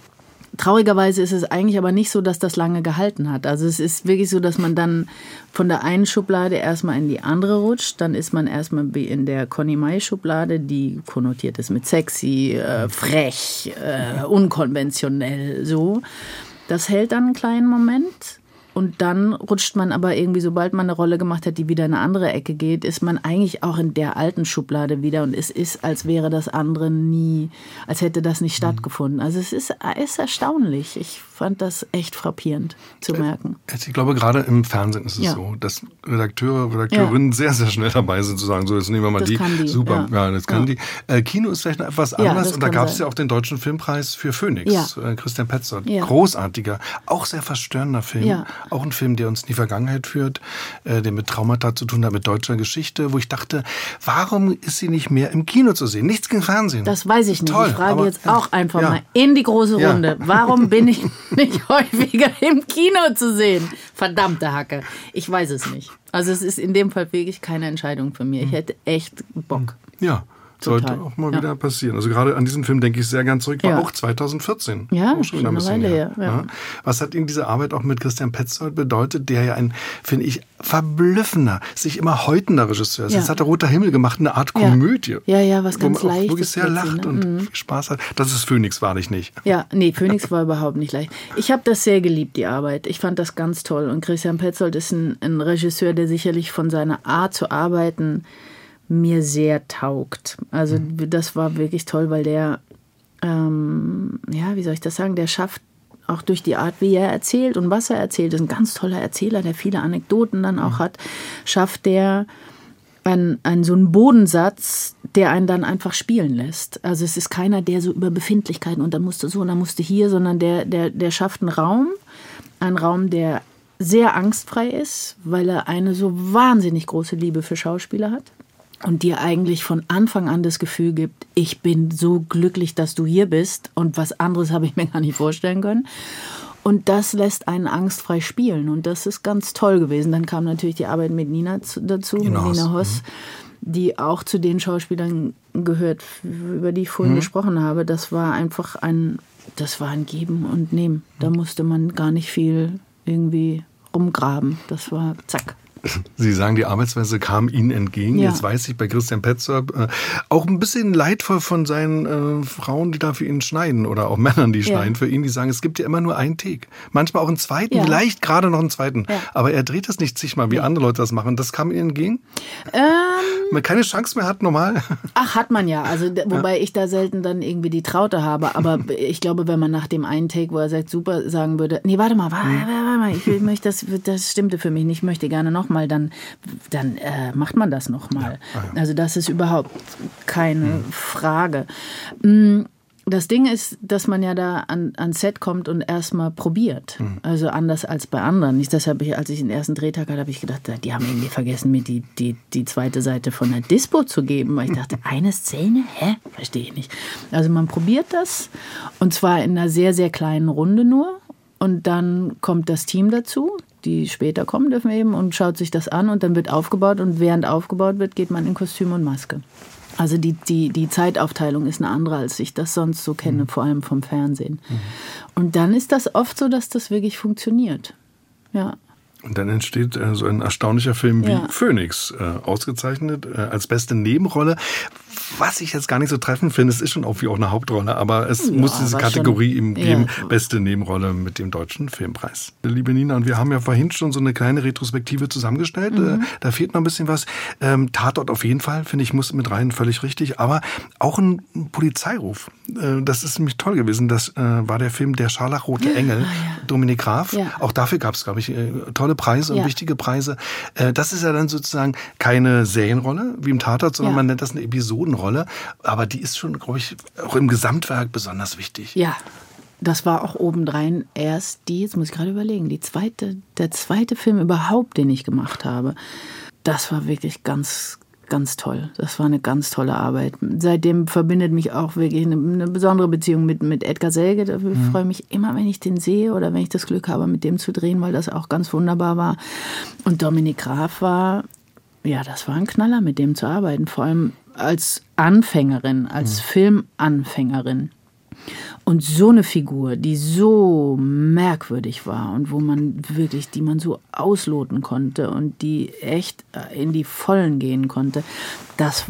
[SPEAKER 4] traurigerweise ist es eigentlich aber nicht so, dass das lange gehalten hat. Also es ist wirklich so, dass man dann von der einen Schublade erstmal in die andere rutscht. Dann ist man erstmal wie in der Conny-Mai-Schublade, die konnotiert ist mit sexy, frech, unkonventionell, so. Das hält dann einen kleinen Moment. Und dann rutscht man aber irgendwie, sobald man eine Rolle gemacht hat, die wieder in eine andere Ecke geht, ist man eigentlich auch in der alten Schublade wieder. Und es ist, als wäre das andere nie, als hätte das nicht stattgefunden. Also es ist erstaunlich. Ich fand das echt frappierend zu merken.
[SPEAKER 3] Ich glaube, gerade im Fernsehen ist es so, dass Redakteurinnen sehr, sehr schnell dabei sind, zu sagen, so, jetzt nehmen wir mal
[SPEAKER 4] das kann die.
[SPEAKER 3] Super, das kann die. Kino ist vielleicht noch etwas anders. Und da gab es ja auch den Deutschen Filmpreis für Phoenix. Christian Petzold. Großartiger, auch sehr verstörender Film. Ja. Auch ein Film, der uns in die Vergangenheit führt, der mit Traumata zu tun hat, mit deutscher Geschichte, wo ich dachte, warum ist sie nicht mehr im Kino zu sehen? Nichts gegen Fernsehen.
[SPEAKER 4] Das weiß ich nicht. Toll, ich frage jetzt auch einfach mal in die große Runde. Warum bin ich nicht häufiger im Kino zu sehen? Verdammte Hacke. Ich weiß es nicht. Also es ist in dem Fall wirklich keine Entscheidung für mich. Ich hätte echt Bock.
[SPEAKER 3] Ja. Sollte auch mal wieder passieren. Also gerade an diesen Film denke ich sehr gern zurück. War auch 2014.
[SPEAKER 4] Ja, schon eine Weile her. Ja.
[SPEAKER 3] Was hat Ihnen diese Arbeit auch mit Christian Petzold bedeutet, der ja ein, finde ich, verblüffender, sich immer häutender Regisseur ist. Jetzt hat er Roter Himmel gemacht, eine Art Komödie.
[SPEAKER 4] Ja, was ganz Leichtes.
[SPEAKER 3] Wo man auch wirklich sehr lacht und viel Spaß hat. Das ist Phoenix, wahrlich nicht.
[SPEAKER 4] Ja, nee, Phoenix war überhaupt nicht leicht. Ich habe das sehr geliebt, die Arbeit. Ich fand das ganz toll. Und Christian Petzold ist ein Regisseur, der sicherlich von seiner Art zu arbeiten mir sehr taugt. Also das war wirklich toll, weil der, wie soll ich das sagen, der schafft auch durch die Art, wie er erzählt und was er erzählt, ist ein ganz toller Erzähler, der viele Anekdoten dann auch hat, schafft der so einen Bodensatz, der einen dann einfach spielen lässt. Also es ist keiner, der so über Befindlichkeiten und dann musste so und dann musste hier, sondern der schafft einen Raum, der sehr angstfrei ist, weil er eine so wahnsinnig große Liebe für Schauspieler hat. Und dir eigentlich von Anfang an das Gefühl gibt, ich bin so glücklich, dass du hier bist und was anderes habe ich mir gar nicht vorstellen können. Und das lässt einen angstfrei spielen und das ist ganz toll gewesen. Dann kam natürlich die Arbeit mit Nina dazu, mit Nina Hoss, die auch zu den Schauspielern gehört, über die ich vorhin gesprochen habe. Das war einfach ein Geben und Nehmen. Da musste man gar nicht viel irgendwie rumgraben. Das war zack.
[SPEAKER 3] Sie sagen, die Arbeitsweise kam Ihnen entgegen. Ja. Jetzt weiß ich bei Christian Petzold auch ein bisschen leidvoll von seinen Frauen, die da für ihn schneiden oder auch Männern, die schneiden für ihn, die sagen, es gibt ja immer nur einen Take. Manchmal auch einen zweiten, vielleicht gerade noch einen zweiten. Ja. Aber er dreht das nicht zigmal, wie andere Leute das machen. Das kam Ihnen entgegen? Man keine Chance mehr hat, normal? Ach,
[SPEAKER 4] hat man ja. Also, wobei ich da selten dann irgendwie die Traute habe. Aber ich glaube, wenn man nach dem einen Take, wo er sagt, super, sagen würde, nee, warte mal, ich möchte, das stimmte für mich nicht, ich möchte gerne noch mal, dann macht man das nochmal. Ja. Also das ist überhaupt keine Frage. Das Ding ist, dass man ja da ans Set kommt und erstmal probiert. Also anders als bei anderen. Deshalb, als ich den ersten Drehtag hatte, habe ich gedacht, die haben irgendwie vergessen, mir die zweite Seite von der Dispo zu geben. Weil ich dachte, eine Szene? Verstehe ich nicht. Also man probiert das und zwar in einer sehr, sehr kleinen Runde nur. Und dann kommt das Team dazu, die später kommen dürfen eben, und schaut sich das an und dann wird aufgebaut und während aufgebaut wird, geht man in Kostüm und Maske. Also die Zeitaufteilung ist eine andere, als ich das sonst so kenne, vor allem vom Fernsehen. Und dann ist das oft so, dass das wirklich funktioniert. Ja.
[SPEAKER 3] Und dann entsteht so ein erstaunlicher Film wie Phoenix, ausgezeichnet als beste Nebenrolle. Was ich jetzt gar nicht so treffend finde, es ist schon auch wie auch eine Hauptrolle, aber es muss diese Kategorie ihm geben, beste Nebenrolle mit dem Deutschen Filmpreis. Liebe Nina, und wir haben ja vorhin schon so eine kleine Retrospektive zusammengestellt, da fehlt noch ein bisschen was. Tatort auf jeden Fall, finde ich, muss mit rein, völlig richtig, aber auch ein Polizeiruf. Das ist nämlich toll gewesen, das war der Film Der Scharlachrote Engel, Dominik Graf. Ja. Auch dafür gab es, glaube ich, tolle Preise und wichtige Preise. Das ist ja dann sozusagen keine Serienrolle wie im Tatort, sondern man nennt das eine Episodenrolle. Aber die ist schon, glaube ich, auch im Gesamtwerk besonders wichtig.
[SPEAKER 4] Ja, das war auch obendrein erst jetzt muss ich gerade überlegen, der zweite Film überhaupt, den ich gemacht habe. Das war wirklich ganz, ganz toll. Das war eine ganz tolle Arbeit. Seitdem verbindet mich auch wirklich eine besondere Beziehung mit Edgar Selge. Ich freue mich immer, wenn ich den sehe oder wenn ich das Glück habe, mit dem zu drehen, weil das auch ganz wunderbar war. Und Dominik Graf das war ein Knaller, mit dem zu arbeiten. Vor allem als Anfängerin, als Filmanfängerin. Und so eine Figur, die so merkwürdig war und die man so ausloten konnte und die echt in die Vollen gehen konnte, das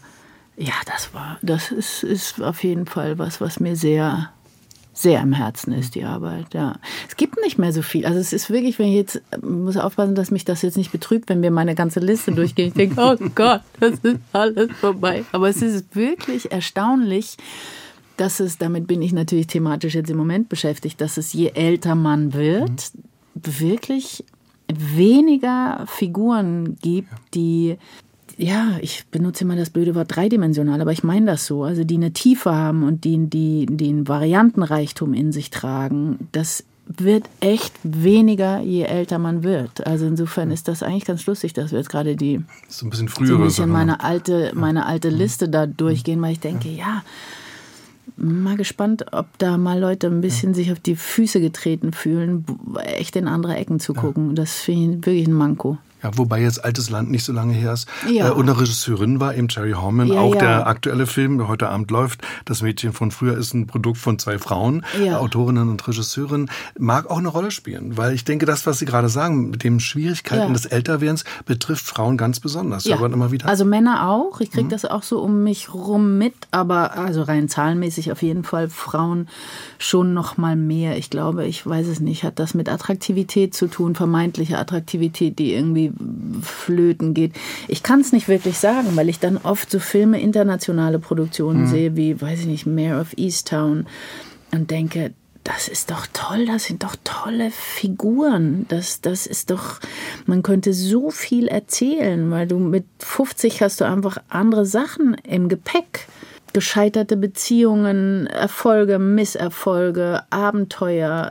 [SPEAKER 4] ist auf jeden Fall was mir sehr, sehr am Herzen ist, die Arbeit, ja. Es gibt nicht mehr so viel. Also es ist wirklich, ich muss aufpassen, dass mich das jetzt nicht betrübt, wenn wir meine ganze Liste durchgehen. Ich denke, oh Gott, das ist alles vorbei. Aber es ist wirklich erstaunlich, dass es, damit bin ich natürlich thematisch jetzt im Moment beschäftigt, dass es, je älter man wird, wirklich weniger Figuren gibt, die, ja, ich benutze immer das blöde Wort dreidimensional, aber ich meine das so, also die eine Tiefe haben und die einen Variantenreichtum in sich tragen. Das wird echt weniger, je älter man wird. Also insofern ist das eigentlich ganz lustig, dass wir jetzt gerade
[SPEAKER 3] so ein bisschen früher
[SPEAKER 4] meine alte Liste da durchgehen, weil ich denke, ja, mal gespannt, ob da mal Leute ein bisschen sich auf die Füße getreten fühlen, echt in andere Ecken zu gucken. Das finde ich wirklich ein Manko.
[SPEAKER 3] Ja, wobei jetzt Altes Land nicht so lange her ist. Ja. Und eine Regisseurin war eben Cherry Horman. Ja, auch der aktuelle Film, der heute Abend läuft, Das Mädchen von früher, ist ein Produkt von 2 Frauen, Autorinnen und Regisseurin, mag auch eine Rolle spielen. Weil ich denke, das, was Sie gerade sagen, mit den Schwierigkeiten des Älterwerdens, betrifft Frauen ganz besonders.
[SPEAKER 4] Ja.
[SPEAKER 3] Aber immer wieder.
[SPEAKER 4] Also Männer auch. Ich kriege das auch so um mich rum mit. Aber also rein zahlenmäßig auf jeden Fall Frauen schon noch mal mehr. Ich glaube, ich weiß es nicht, hat das mit Attraktivität zu tun, vermeintliche Attraktivität, die irgendwie flöten geht. Ich kann es nicht wirklich sagen, weil ich dann oft so Filme, internationale Produktionen sehe, wie, weiß ich nicht, Mayor of Easttown, und denke, das ist doch toll, das sind doch tolle Figuren. Das ist doch, man könnte so viel erzählen, weil du mit 50 hast du einfach andere Sachen im Gepäck. Gescheiterte Beziehungen, Erfolge, Misserfolge, Abenteuer,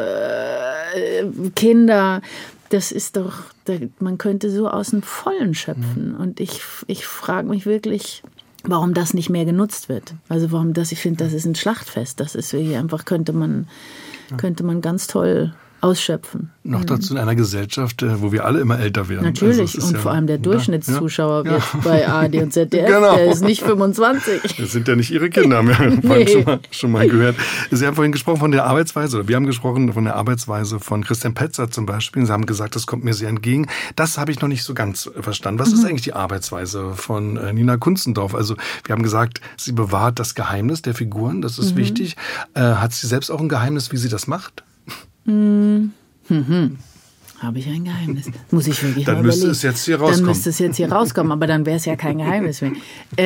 [SPEAKER 4] Kinder. Das ist doch, man könnte so aus dem Vollen schöpfen. Und ich frage mich wirklich, warum das nicht mehr genutzt wird. Also ich finde, das ist ein Schlachtfest. Das ist wirklich einfach, könnte man ganz toll ausschöpfen.
[SPEAKER 3] Noch dazu in einer Gesellschaft, wo wir alle immer älter werden.
[SPEAKER 4] Natürlich, also und vor allem der Durchschnittszuschauer wird bei ARD und ZDF, der ist nicht 25.
[SPEAKER 3] Das sind ja nicht Ihre Kinder mehr, nee. schon mal gehört. Sie haben vorhin gesprochen von der Arbeitsweise, oder wir haben gesprochen von der Arbeitsweise von Christian Petzold zum Beispiel. Sie haben gesagt, das kommt mir sehr entgegen. Das habe ich noch nicht so ganz verstanden. Was ist eigentlich die Arbeitsweise von Nina Kunstendorf? Also wir haben gesagt, sie bewahrt das Geheimnis der Figuren, das ist wichtig. Hat sie selbst auch ein Geheimnis, wie sie das macht?
[SPEAKER 4] Habe ich ein Geheimnis? Muss ich wirklich
[SPEAKER 3] mal überlegen. Dann müsste es jetzt hier rauskommen.
[SPEAKER 4] Aber dann wäre es ja kein Geheimnis mehr.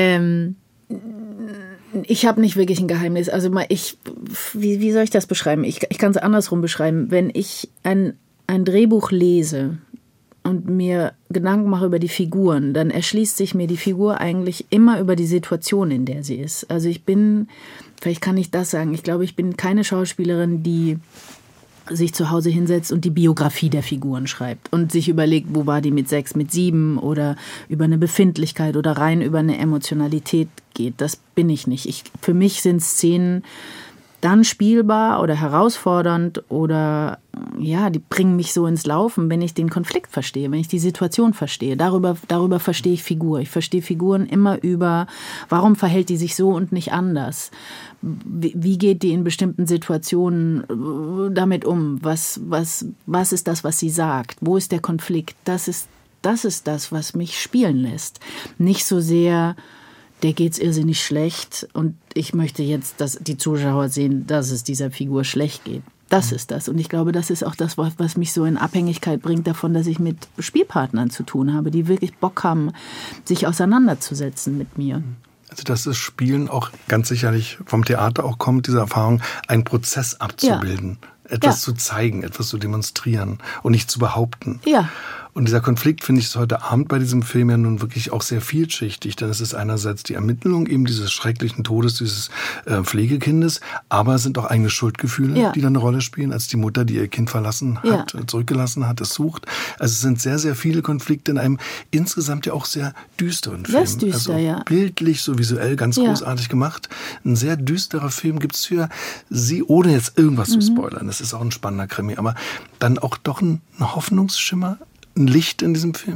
[SPEAKER 4] Ich habe nicht wirklich ein Geheimnis. Also wie soll ich das beschreiben? Ich kann es andersrum beschreiben. Wenn ich ein Drehbuch lese und mir Gedanken mache über die Figuren, dann erschließt sich mir die Figur eigentlich immer über die Situation, in der sie ist. Also vielleicht kann ich das sagen, ich glaube, ich bin keine Schauspielerin, die sich zu Hause hinsetzt und die Biografie der Figuren schreibt und sich überlegt, wo war die mit 6, mit 7 oder über eine Befindlichkeit oder rein über eine Emotionalität geht. Das bin ich nicht. Für mich sind Szenen dann spielbar oder herausfordernd oder ja, die bringen mich so ins Laufen, wenn ich den Konflikt verstehe, wenn ich die Situation verstehe. Darüber verstehe ich Figur. Ich verstehe Figuren immer über, warum verhält die sich so und nicht anders? Wie geht die in bestimmten Situationen damit um? Was ist das, was sie sagt? Wo ist der Konflikt? Das ist das, was mich spielen lässt. Nicht so sehr, der geht's irrsinnig schlecht und ich möchte jetzt, dass die Zuschauer sehen, dass es dieser Figur schlecht geht. Das ist das. Und ich glaube, das ist auch das, was mich so in Abhängigkeit bringt davon, dass ich mit Spielpartnern zu tun habe, die wirklich Bock haben, sich auseinanderzusetzen mit mir.
[SPEAKER 3] Also dass das Spielen auch ganz sicherlich vom Theater auch kommt, diese Erfahrung, einen Prozess abzubilden, etwas zu zeigen, etwas zu demonstrieren und nicht zu behaupten.
[SPEAKER 4] Ja.
[SPEAKER 3] Und dieser Konflikt, finde ich, ist heute Abend bei diesem Film ja nun wirklich auch sehr vielschichtig. Denn es ist einerseits die Ermittlung eben dieses schrecklichen Todes dieses Pflegekindes, aber es sind auch eigene Schuldgefühle, die da eine Rolle spielen, als die Mutter, die ihr Kind verlassen hat, zurückgelassen hat, es sucht. Also es sind sehr, sehr viele Konflikte in einem insgesamt ja auch sehr düsteren Film.
[SPEAKER 4] Sehr düster,
[SPEAKER 3] also bildlich, so visuell ganz großartig gemacht. Ein sehr düsterer Film gibt's für Sie, ohne jetzt irgendwas zu spoilern. Das ist auch ein spannender Krimi, aber dann auch doch ein Hoffnungsschimmer, ein Licht in diesem Film?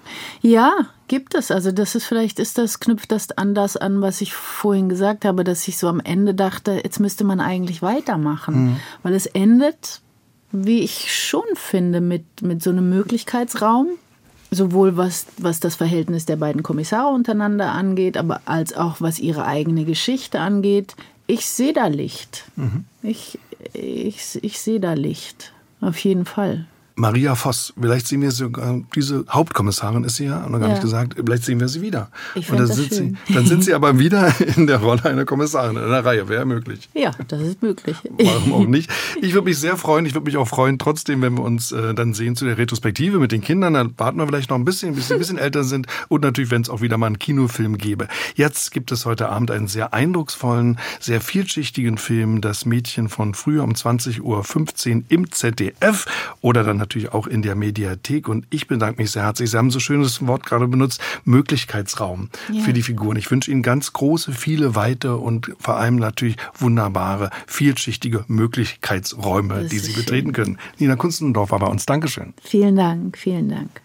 [SPEAKER 4] Ja, gibt es. Also knüpft das an das an, was ich vorhin gesagt habe, dass ich so am Ende dachte, jetzt müsste man eigentlich weitermachen. Weil es endet, wie ich schon finde, mit so einem Möglichkeitsraum. Sowohl was das Verhältnis der beiden Kommissare untereinander angeht, aber als auch was ihre eigene Geschichte angeht. Ich sehe da Licht. Ich sehe da Licht. Auf jeden Fall.
[SPEAKER 3] Maria Voss, vielleicht sehen wir sogar, diese Hauptkommissarin ist sie ja, noch gar nicht gesagt, vielleicht sehen wir sie wieder.
[SPEAKER 4] Ich finde das schön.
[SPEAKER 3] Dann sind sie aber wieder in der Rolle einer Kommissarin, in einer Reihe, wäre möglich.
[SPEAKER 4] Ja, das ist möglich.
[SPEAKER 3] Warum auch nicht? Ich würde mich sehr freuen, ich würde mich auch freuen, trotzdem, wenn wir uns dann sehen zu der Retrospektive mit den Kindern, dann warten wir vielleicht noch ein bisschen älter sind und natürlich, wenn es auch wieder mal einen Kinofilm gäbe. Jetzt gibt es heute Abend einen sehr eindrucksvollen, sehr vielschichtigen Film, Das Mädchen von früher um 20:15 Uhr im ZDF oder dann natürlich auch in der Mediathek. Und ich bedanke mich sehr herzlich. Sie haben so schönes Wort gerade benutzt, Möglichkeitsraum für die Figuren. Ich wünsche Ihnen ganz große, viele, weite und vor allem natürlich wunderbare, vielschichtige Möglichkeitsräume, die Sie betreten können. Nina Kunstendorf war bei uns. Dankeschön.
[SPEAKER 4] Vielen Dank, vielen Dank.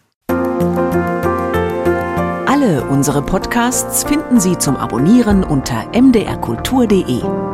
[SPEAKER 1] Alle unsere Podcasts finden Sie zum Abonnieren unter mdrkultur.de.